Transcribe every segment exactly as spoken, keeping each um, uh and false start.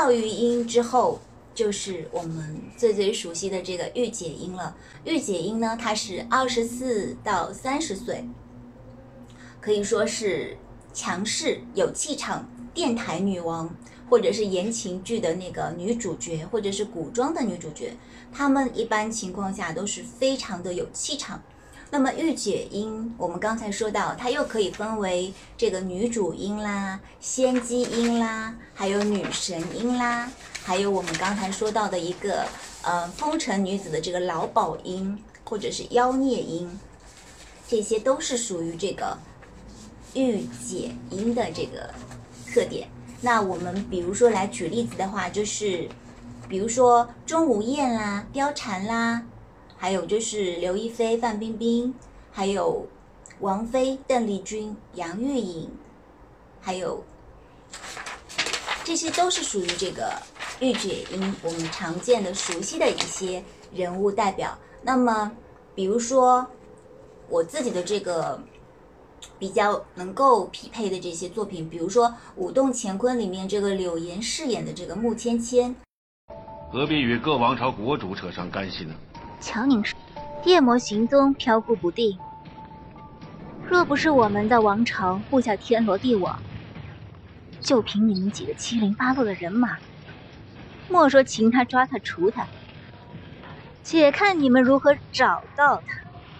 倒语音之后，就是我们最最熟悉的这个御姐音了。御姐音呢，它是二十四到三十岁，可以说是强势有气场电台女王，或者是言情剧的那个女主角，或者是古装的女主角，她们一般情况下都是非常的有气场。那么御姐音，我们刚才说到，它又可以分为这个女主音啦、仙姬音啦，还有女神音啦，还有我们刚才说到的一个呃风尘女子的这个劳保音，或者是妖孽音，这些都是属于这个御姐音的这个特点。那我们比如说来举例子的话，就是比如说钟无艳啦、貂蝉啦，还有就是刘亦菲、范冰冰，还有王菲、邓丽君、杨钰颖，还有这些都是属于这个御姐音我们常见的熟悉的一些人物代表。那么比如说我自己的这个比较能够匹配的这些作品，比如说《舞动乾坤》里面这个柳岩饰演的这个穆芊芊， 何必与各王朝国主扯上干系呢？ 瞧您说，夜魔行踪飘忽不定，若不是我们的王朝布下天罗地网，就凭你们几个七零八落的人马，莫说擒他抓他除他，且看你们如何找到他。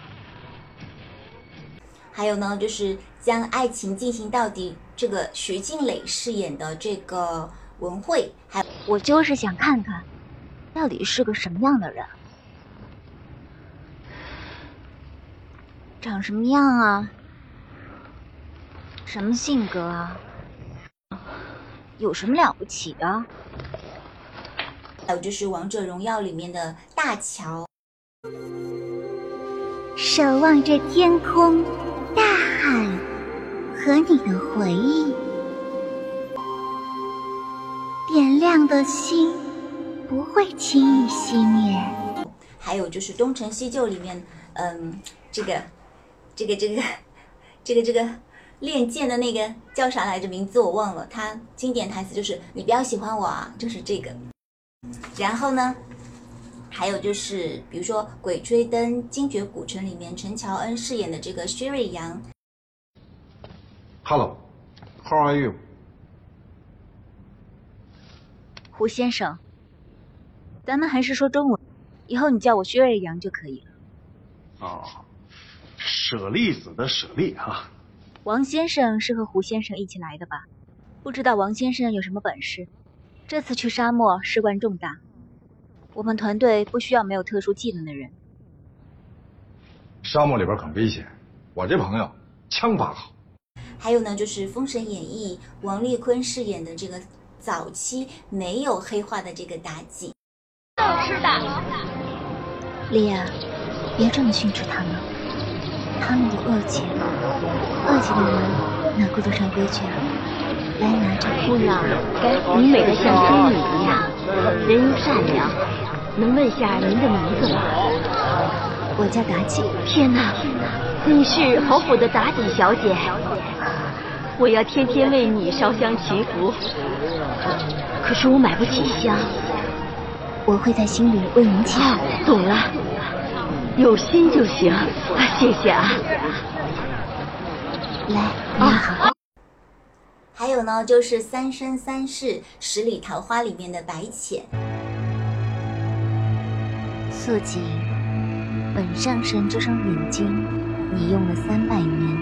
还有呢，就是将爱情进行到底，这个徐静蕾饰演的这个文慧，还我就是想看看，到底是个什么样的人，长什么样啊，什么性格啊，有什么了不起的？ 还有就是《王者荣耀》里面的大乔， 守望着天空、大海和你的回忆，点亮的心不会轻易熄灭。 还有就是《东成西就》里面，嗯，这个。这个这个这个这个练剑的那个叫啥来着？名字我忘了。他经典台词就是“你不要喜欢我啊”，就是这个。然后呢，还有就是比如说《鬼吹灯》精绝古城里面陈乔恩饰演的这个薛瑞阳。 Hello, how are you? 胡先生，咱们还是说中文，以后你叫我薛瑞阳就可以了。 哦。舍利子的舍利啊！ 王先生是和胡先生一起来的吧？不知道王先生有什么本事？这次去沙漠事关重大，我们团队不需要没有特殊技能的人。 沙漠里边很危险，我这朋友枪法好。 还有呢，就是《封神演义》王丽坤饰演的这个早期没有黑化的这个妲己。 好吃的。 莉亚，别这么训斥他们。他们的恶姐，恶姐的人哪顾得上规矩啊？来拿着。 姑娘，您美得像仙女一样，人又善良，能问下您的名字吗？ 我叫妲己。 天哪，你是侯府的妲己小姐，我要天天为你烧香祈福，可是我买不起香。 我会在心里为您祈福。 哦，懂了。有心就行，啊，谢谢啊。 来，你好。 还有呢，就是《三生三世十里桃花》里面的白浅。 素锦，本上神这双眼睛，你用了三百年，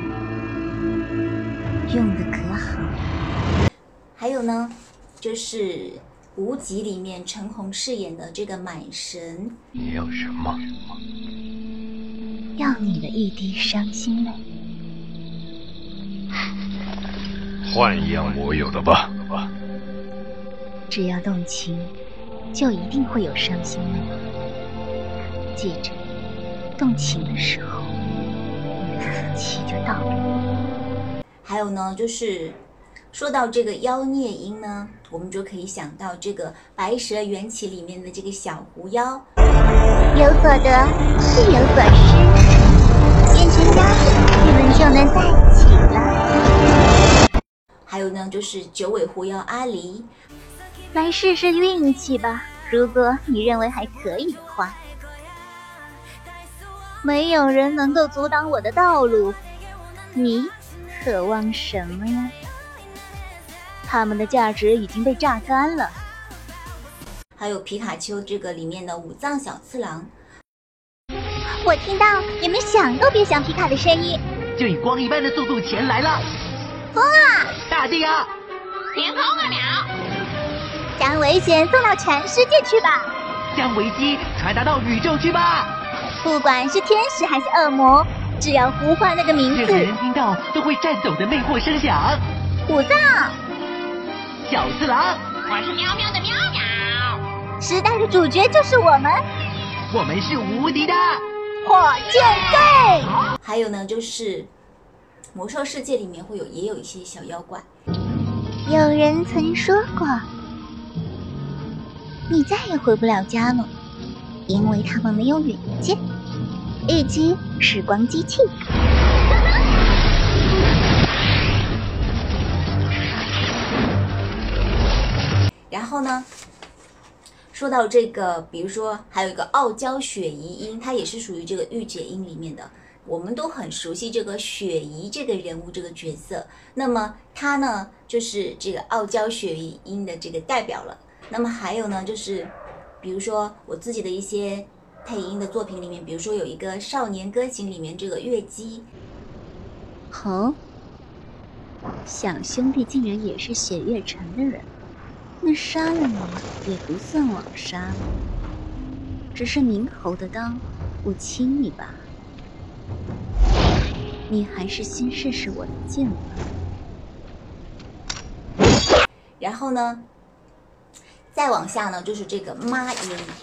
用的可好？ 还有呢，就是《无极》里面陈红饰演的这个满神。 你要什么？ 要你的一滴伤心泪。 豢养我有的吧。 只要动情，就一定会有伤心泪。记着，动情的时候，福气就到了。 还有呢，就是说到这个妖孽音呢，我们就可以想到这个《白蛇缘起》里面的这个小狐妖。 有所得，必有所失。变成妖，你们就能在一起了。 还有呢，就是九尾狐妖阿离。 来试试运气吧，如果你认为还可以的话。没有人能够阻挡我的道路，你渴望什么呀？他们的价值已经被榨干了。 还有皮卡丘这个里面的五藏小次郎， 我听到你们想都别想皮卡的声音， 就以光一般的速度前来了。 风啊， 大地啊， 天空啊鸟， 将危险送到全世界去吧， 将危机传达到宇宙去吧。 不管是天使还是恶魔，只要呼唤那个名字， 任何人听到都会颤抖的魅惑声响。 五藏小次郎， 我是喵喵的喵喵， 时代的主角就是我们， 我们是无敌的火箭队。 还有呢，就是魔兽世界里面会有也有一些小妖怪。 有人曾说过，你再也回不了家了，因为他们没有远见，以及时光机器。 然后呢，说到这个，比如说还有一个傲娇雪姨樱，它也是属于这个御姐樱里面的。我们都很熟悉这个雪姨这个人物这个角色，那么她呢就是这个傲娇雪姨樱的这个代表了。那么还有呢，就是比如说我自己的一些配音的作品里面，比如说有一个《少年歌行》里面这个月姬。 哦，想兄弟竟然也是血月城的人，那杀了你也不算枉杀了，只是明侯的刀不轻你吧。你还是先试试我的剑吧。 然后呢，再往下呢，就是这个妈音。